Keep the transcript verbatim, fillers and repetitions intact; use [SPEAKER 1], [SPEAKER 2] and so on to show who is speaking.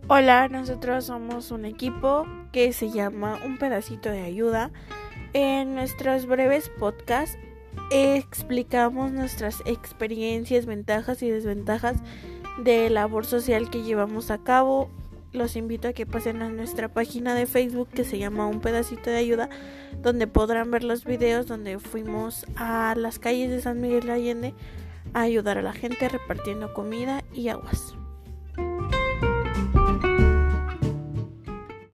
[SPEAKER 1] Hola, nosotros somos un equipo que se llama Un Pedacito de Ayuda. En nuestros breves podcasts explicamos nuestras experiencias, ventajas y desventajas de labor social que llevamos a cabo. Los invito a que pasen a nuestra página de Facebook que se llama Un Pedacito de Ayuda, donde podrán ver los videos donde fuimos a las calles de San Miguel de Allende a ayudar a la gente repartiendo comida y aguas.